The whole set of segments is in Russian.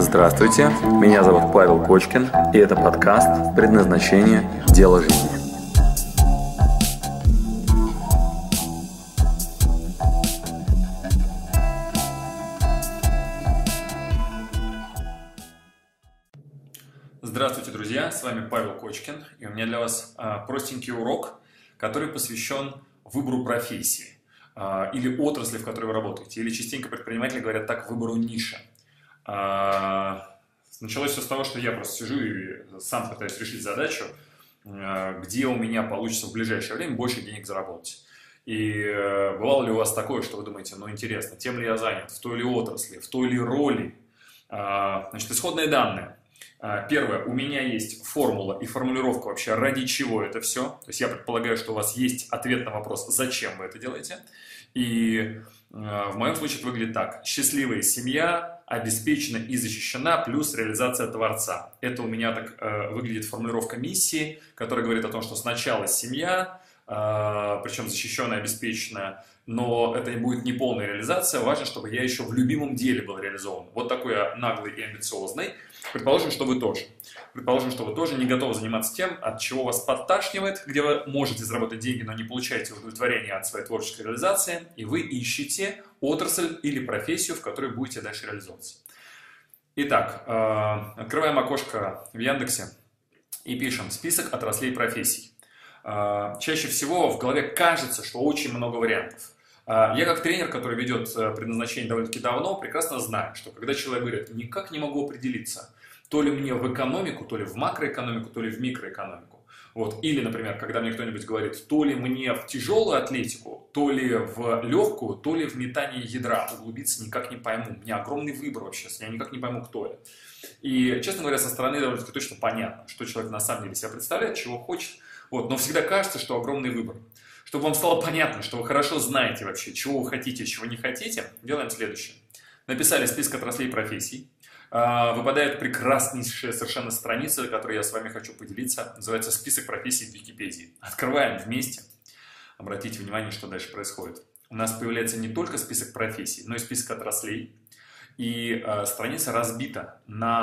Здравствуйте, меня зовут Павел Кочкин, и это подкаст «Предназначение. Дело жизни». Здравствуйте, друзья, с вами Павел Кочкин, и у меня для вас простенький урок, который посвящен выбору профессии или отрасли, в которой вы работаете, или частенько предприниматели говорят так, выбору ниши. Началось все с того, что я просто сижу и сам пытаюсь решить задачу, где у меня получится в ближайшее время больше денег заработать. И бывало ли у вас такое, что вы думаете, ну интересно, тем ли я занят, в той ли отрасли, в той ли роли? Значит, исходные данные. Первое, у меня есть формула и формулировка вообще, ради чего это все. То есть я предполагаю, что у вас есть ответ на вопрос, зачем вы это делаете. И в моем случае это выглядит так. Счастливая семья, обеспечена и защищена, плюс реализация Творца. Это у меня так выглядит формулировка миссии, которая говорит о том, что сначала семья, причем защищенная, обеспеченная, но это будет не полная реализация. Важно, чтобы я еще в любимом деле был реализован. Вот такой я наглый и амбициозный. Предположим, что вы тоже. Предположим, что вы тоже не готовы заниматься тем, от чего вас подташнивает, где вы можете заработать деньги, но не получаете удовлетворения от своей творческой реализации, и вы ищете отрасль или профессию, в которой будете дальше реализовываться. Итак, открываем окошко в Яндексе и пишем список отраслей и профессий. Чаще всего в голове кажется, что очень много вариантов. Я как тренер, который ведет предназначение довольно-таки давно, прекрасно знаю, что когда человек говорит, никак не могу определиться, то ли мне в экономику, то ли в макроэкономику, то ли в микроэкономику. Вот. Или, например, когда мне кто-нибудь говорит, то ли мне в тяжелую атлетику, то ли в легкую, то ли в метание ядра. Углубиться никак не пойму. У меня огромный выбор вообще, я никак не пойму, кто я. И, честно говоря, со стороны довольно-таки точно понятно, что человек на самом деле себя представляет, чего хочет. Вот. Но всегда кажется, что огромный выбор. Чтобы вам стало понятно, что вы хорошо знаете вообще, чего вы хотите, чего не хотите, делаем следующее. Написали список отраслей и профессий. Выпадает прекраснейшая совершенно страница, которой я с вами хочу поделиться. Называется «Список профессий в Википедии». Открываем вместе. Обратите внимание, что дальше происходит. У нас появляется не только список профессий, но и список отраслей. И страница разбита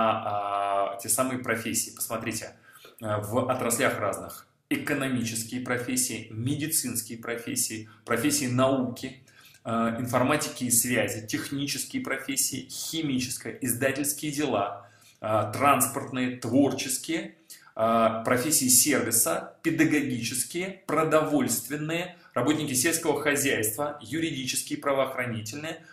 на те самые профессии. Посмотрите, в отраслях разных. Экономические профессии, медицинские профессии, профессии науки, информатики и связи, технические профессии, химические, издательские дела, транспортные, творческие, профессии сервиса, педагогические, продовольственные, работники сельского хозяйства, юридические, правоохранительные,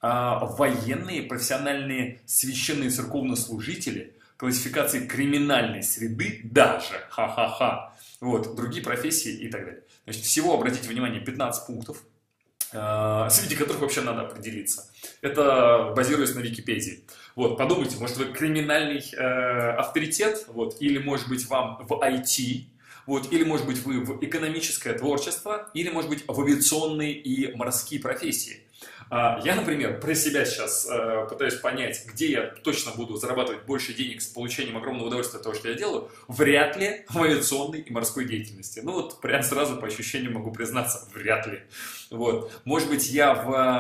военные, профессиональные священные церковнослужители, классификации криминальной среды даже, ха-ха-ха, вот, другие профессии и так далее. Значит, всего, обратите внимание, 15 пунктов, среди которых вообще надо определиться. Это базируясь на Википедии. Вот, подумайте, может вы криминальный авторитет, вот, или может быть вам в IT, вот, или может быть вы в экономическое творчество, или может быть в авиационные и морские профессии. Я, например, про себя сейчас пытаюсь понять, где я точно буду зарабатывать больше денег с получением огромного удовольствия от того, что я делаю. Вряд ли в авиационной и морской деятельности. Ну вот прям сразу по ощущениям могу признаться, вряд ли. Вот. Может быть, я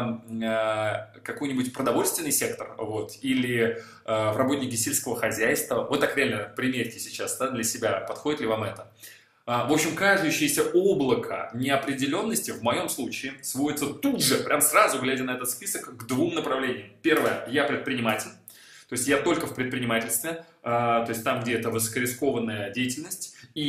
в какой-нибудь продовольственный сектор, вот, или в работники сельского хозяйства. Вот так реально примерьте сейчас, да, для себя, подходит ли вам это. В общем, кажущееся облако неопределенности в моем случае сводится тут же, прям сразу, глядя на этот список, к двум направлениям. Первое, я предприниматель, то есть я только в предпринимательстве, то есть там, где это высокорискованная деятельность, и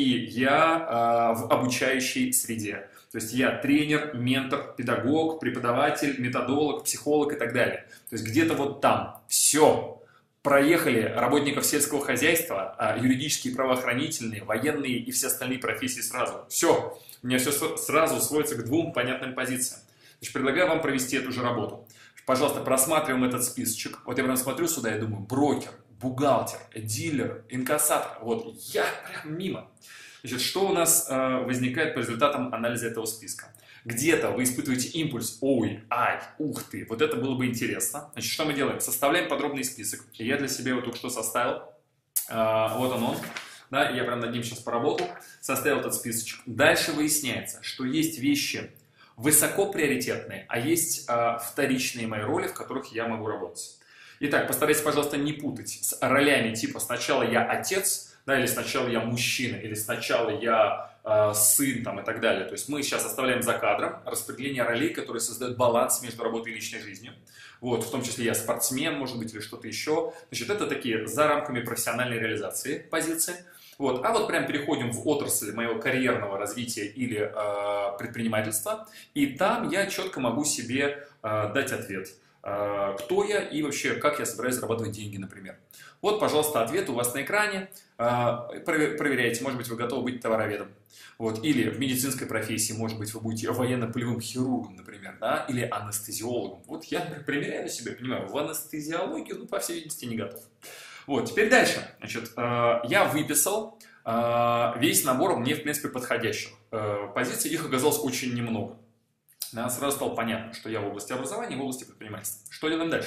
я в обучающей среде. То есть я тренер, ментор, педагог, преподаватель, методолог, психолог и так далее. То есть где-то вот там все. Проехали работников сельского хозяйства, юридические, правоохранительные, военные и все остальные профессии сразу. Все, у меня все сразу сводится к двум понятным позициям. Значит, предлагаю вам провести эту же работу. Пожалуйста, просматриваем этот списочек. Вот я прям смотрю сюда и думаю, брокер, бухгалтер, дилер, инкассатор. Вот, я прям мимо. Значит, что у нас возникает по результатам анализа этого списка? Где-то вы испытываете импульс, ой, ай, ух ты, вот это было бы интересно. Значит, что мы делаем? Составляем подробный список. Я для себя его только что составил. Вот он. Да, я прям над ним сейчас поработал, составил этот списочек. Дальше выясняется, что есть вещи высокоприоритетные, а есть вторичные мои роли, в которых я могу работать. Итак, постарайтесь, пожалуйста, не путать с ролями типа «сначала я отец», да, или «сначала я мужчина», или «сначала я сын» там, и так далее. То есть мы сейчас оставляем за кадром распределение ролей, которые создают баланс между работой и личной жизнью. Вот, в том числе я спортсмен, может быть, или что-то еще. Значит, это такие за рамками профессиональной реализации позиции. Вот. А вот прям переходим в отрасль моего карьерного развития или предпринимательства. И там я четко могу себе дать ответ. Кто я и вообще, как я собираюсь зарабатывать деньги, например. Вот, пожалуйста, ответ у вас на экране. Проверяйте, может быть, вы готовы быть товароведом. Вот. Или в медицинской профессии, может быть, вы будете военно-полевым хирургом, например, да? Или анестезиологом. Вот я примеряю себе, понимаю, в анестезиологию, ну, по всей видимости, не готов. Вот, теперь дальше. Значит, я выписал весь набор мне, в принципе, подходящих позиций. Их оказалось очень немного. Да, сразу стало понятно, что я в области образования и в области предпринимательства. Что делаем дальше?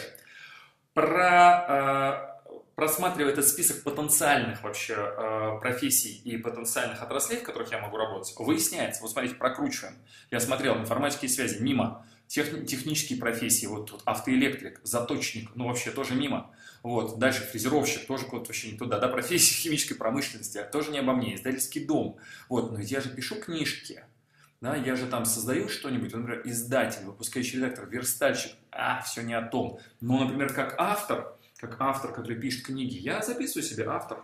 Просматривая этот список потенциальных вообще профессий и потенциальных отраслей, в которых я могу работать, выясняется, вот смотрите, прокручиваем. Я смотрел информатики и связи, мимо. Технические профессии, вот тут автоэлектрик, заточник, ну вообще тоже мимо. Вот, дальше фрезеровщик, тоже куда-то вообще не туда, да, профессия химической промышленности, тоже не обо мне, издательский дом. Вот, но ведь я же пишу книжки. Да, я же там создаю что-нибудь, например, издатель, выпускающий редактор, верстальщик, все не о том. Но, например, как автор, который пишет книги, я записываю себе автор,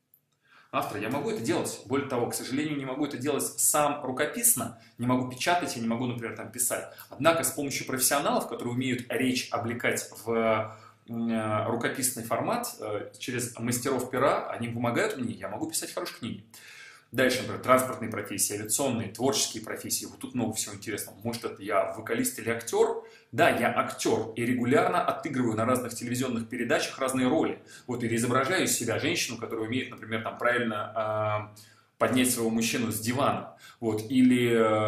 я могу это делать. Более того, к сожалению, не могу это делать сам рукописно, не могу печатать, я не могу, например, там писать. Однако с помощью профессионалов, которые умеют речь облекать в рукописный формат, через мастеров пера, они помогают мне, я могу писать хорошие книги. Дальше, например, транспортные профессии, авиационные, творческие профессии. Вот тут много всего интересного. Может, это я вокалист или актер? Да, я актер и регулярно отыгрываю на разных телевизионных передачах разные роли. Вот, или изображаю из себя женщину, которая умеет, например, там, правильно поднять своего мужчину с дивана. Вот, или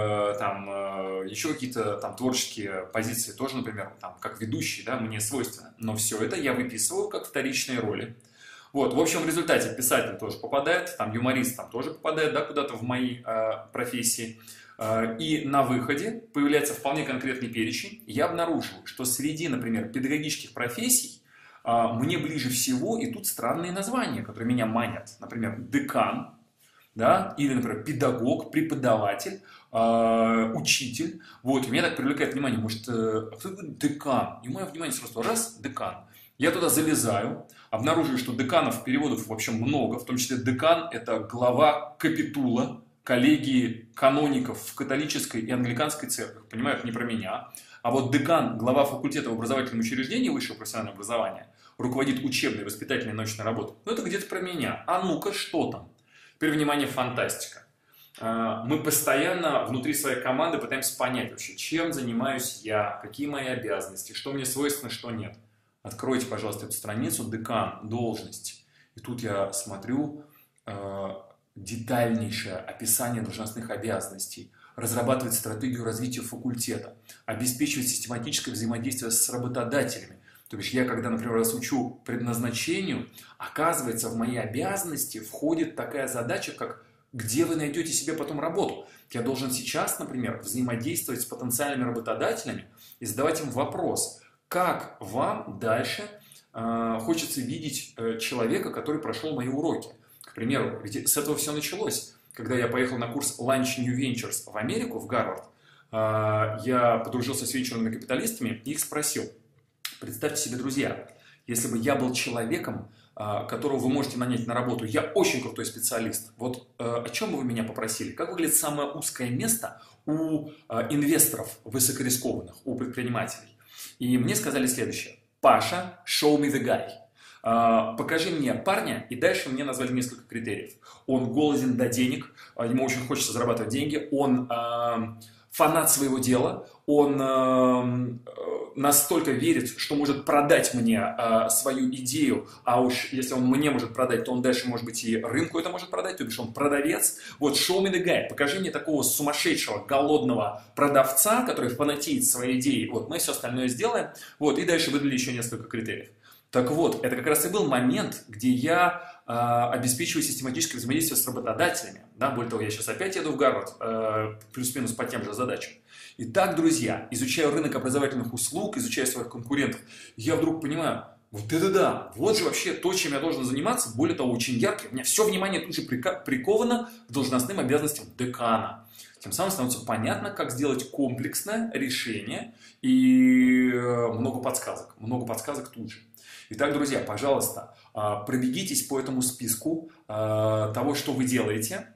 еще какие-то там творческие позиции тоже, например, там, как ведущий, да, мне свойственно. Но все это я выписываю как вторичные роли. Вот, в общем, в результате писатель тоже попадает, там юморист там тоже попадает, да, куда-то в мои профессии. И на выходе появляется вполне конкретный перечень. Я обнаружил, что среди, например, педагогических профессий мне ближе всего идут странные названия, которые меня манят. Например, декан, да, или, например, педагог, преподаватель, учитель. Вот, меня так привлекает внимание, может, кто такой декан? И мое внимание сразу раз, декан. Я туда залезаю, обнаруживаю, что деканов переводов вообще много, в том числе декан – это глава капитула, коллегии каноников в католической и англиканской церквях. Понимают, не про меня. А вот декан, глава факультета в образовательном учреждении высшего профессионального образования, руководит учебной, воспитательной и научной работой. Ну, это где-то про меня. А ну-ка, что там? Теперь, внимание, фантастика. Мы постоянно внутри своей команды пытаемся понять вообще, чем занимаюсь я, какие мои обязанности, что мне свойственно, что нет. Откройте, пожалуйста, эту страницу, декан, должность. И тут я смотрю детальнейшее описание должностных обязанностей, разрабатывать стратегию развития факультета, обеспечивать систематическое взаимодействие с работодателями. То есть я, когда, например, раз учу предназначению, оказывается, в мои обязанности входит такая задача, как где вы найдете себе потом работу. Я должен сейчас, например, взаимодействовать с потенциальными работодателями и задавать им вопрос, как вам дальше хочется видеть человека, который прошел мои уроки. К примеру, ведь с этого все началось. Когда я поехал на курс Launch New Ventures в Америку, в Гарвард, я подружился с венчурными капиталистами и их спросил, представьте себе, друзья, если бы я был человеком, которого вы можете нанять на работу, я очень крутой специалист, вот о чем бы вы меня попросили? Как выглядит самое узкое место у инвесторов высокорискованных, у предпринимателей? И мне сказали следующее. Паша, show me the guy. Покажи мне парня, и дальше мне назвали несколько критериев. Он голоден до денег, ему очень хочется зарабатывать деньги, он фанат своего дела, он настолько верит, что может продать мне свою идею, а уж если он мне может продать, то он дальше, может быть, и рынку это может продать, то бишь он продавец. Вот, show me the guy, покажи мне такого сумасшедшего, голодного продавца, который фанатеет своей идеей, вот, мы все остальное сделаем, вот, и дальше выдали еще несколько критериев. Так вот, это как раз и был момент, где я обеспечиваю систематическое взаимодействие с работодателями. Да, более того, я сейчас опять еду в Гарвард, плюс-минус по тем же задачам. Итак, друзья, изучаю рынок образовательных услуг, изучаю своих конкурентов, я вдруг понимаю, Вот это да! Вот же вообще то, чем я должен заниматься. Более того, очень ярко. У меня все внимание тут же приковано к должностным обязанностям декана. Тем самым становится понятно, как сделать комплексное решение и много подсказок тут же. Итак, друзья, пожалуйста, пробегитесь по этому списку того, что вы делаете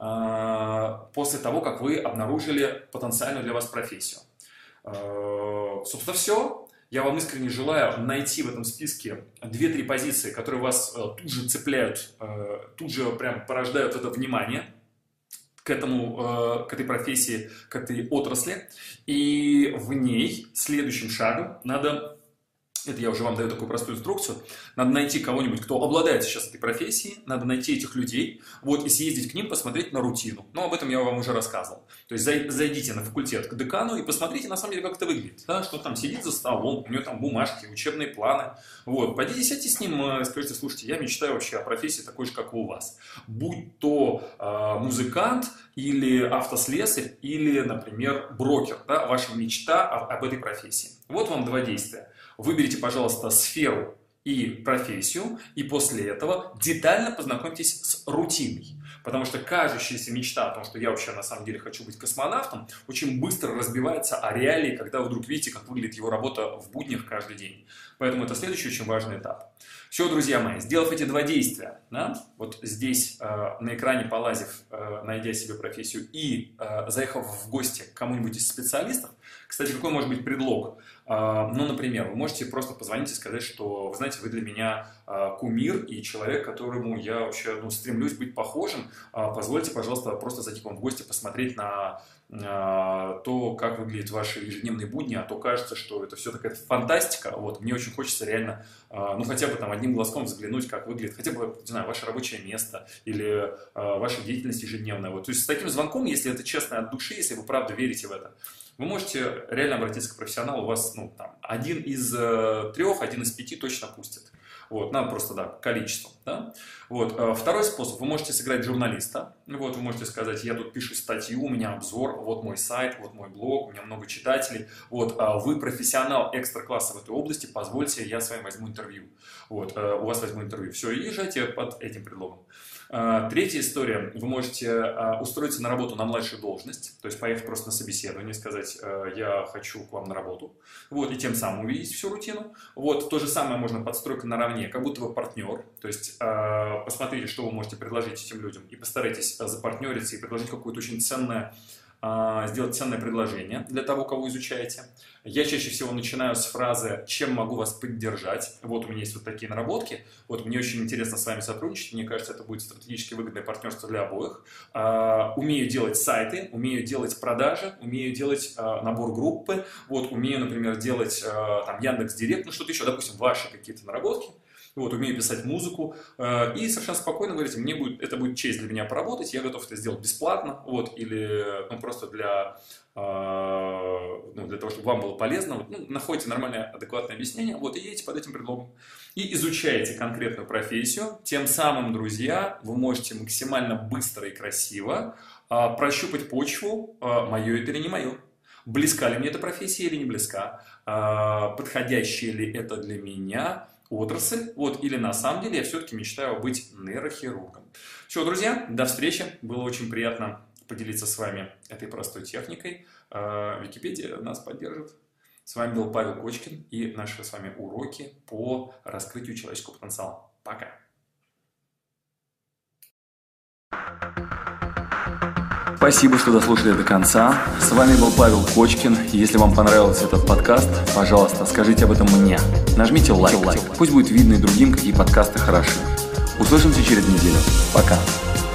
после того, как вы обнаружили потенциальную для вас профессию. Собственно, все. Я вам искренне желаю найти в этом списке 2-3 позиции, которые вас тут же цепляют, тут же прям порождают это внимание к этой профессии, к этой отрасли. И в ней следующим шагом надо, это я уже вам даю такую простую инструкцию, надо найти кого-нибудь, кто обладает сейчас этой профессией, надо найти этих людей, вот, и съездить к ним, посмотреть на рутину. Но об этом я вам уже рассказывал. То есть зайдите на факультет к декану и посмотрите, на самом деле, как это выглядит. Да? Что там сидит за столом, у него там бумажки, учебные планы. Вот, пойдите, сядьте с ним и скажите: слушайте, я мечтаю вообще о профессии такой же, как и у вас. Будь то музыкант, или автослесарь, или, например, брокер. Да? Ваша мечта об этой профессии. Вот вам 2 действия. Выберите, пожалуйста, сферу и профессию, и после этого детально познакомьтесь с рутиной. Потому что кажущаяся мечта о том, что я вообще на самом деле хочу быть космонавтом, очень быстро разбивается о реалии, когда вы вдруг видите, как выглядит его работа в буднях каждый день. Поэтому это следующий очень важный этап. Все, друзья мои, сделав эти 2 действия, да, вот здесь на экране полазив, найдя себе профессию и заехав в гости к кому-нибудь из специалистов, кстати, какой может быть предлог? Ну, например, вы можете просто позвонить и сказать, что, вы знаете, вы для меня кумир и человек, которому я вообще стремлюсь быть похожим. Позвольте, пожалуйста, просто зайти к вам в гости, посмотреть на то, как выглядят ваши ежедневные будни, а то кажется, что это все такая фантастика. Вот, мне очень хочется реально, ну, хотя бы там одним глазком взглянуть, как выглядит, хотя бы, не знаю, ваше рабочее место или ваша деятельность ежедневная. Вот. То есть с таким звонком, если это честно от души, если вы правда верите в это, вы можете реально обратиться к профессионалу, у вас, ну, там, 1 из 3, 1 из 5 точно пустит. Вот, надо просто, да, количеством, да. Вот, второй способ, вы можете сыграть журналиста, вот, вы можете сказать: я тут пишу статью, у меня обзор, вот мой сайт, вот мой блог, у меня много читателей, вот, вы профессионал экстра-класса в этой области, позвольте, я с вами возьму интервью, вот, у вас возьму интервью, все, и езжайте под этим предлогом. Третья история, вы можете устроиться на работу на младшую должность, то есть поехать просто на собеседование, сказать: я хочу к вам на работу, вот, и тем самым увидеть всю рутину. Вот, то же самое можно подстройка наравне, как будто вы партнер, то есть посмотрите, что вы можете предложить этим людям, и постарайтесь запартнериться и предложить какое-то очень ценное, сделать ценное предложение для того, кого изучаете. Я чаще всего начинаю с фразы: чем могу вас поддержать? Вот у меня есть вот такие наработки. Вот мне очень интересно с вами сотрудничать. Мне кажется, это будет стратегически выгодное партнерство для обоих. Умею делать сайты, умею делать продажи, умею делать набор группы. Вот умею, например, делать там Яндекс.Директ, ну что-то еще, допустим, ваши какие-то наработки. Вот, умею писать музыку, и совершенно спокойно говорите: это будет честь для меня поработать, я готов это сделать бесплатно, вот, или просто для того, чтобы вам было полезно, вот, находите нормальное, адекватное объяснение, вот, и едете под этим предлогом. И изучаете конкретную профессию, тем самым, друзья, вы можете максимально быстро и красиво прощупать почву, мое это или не мое. Близка ли мне эта профессия или не близка, подходящая ли это для меня отрасль, вот, или на самом деле я все-таки мечтаю быть нейрохирургом. Все, друзья, до встречи. Было очень приятно поделиться с вами этой простой техникой. Википедия нас поддержит. С вами был Павел Кочкин и наши с вами уроки по раскрытию человеческого потенциала. Пока! Спасибо, что дослушали до конца. С вами был Павел Кочкин. Если вам понравился этот подкаст, пожалуйста, скажите об этом мне. Нажмите лайк. Пусть будет видно и другим, какие подкасты хороши. Услышимся через неделю. Пока.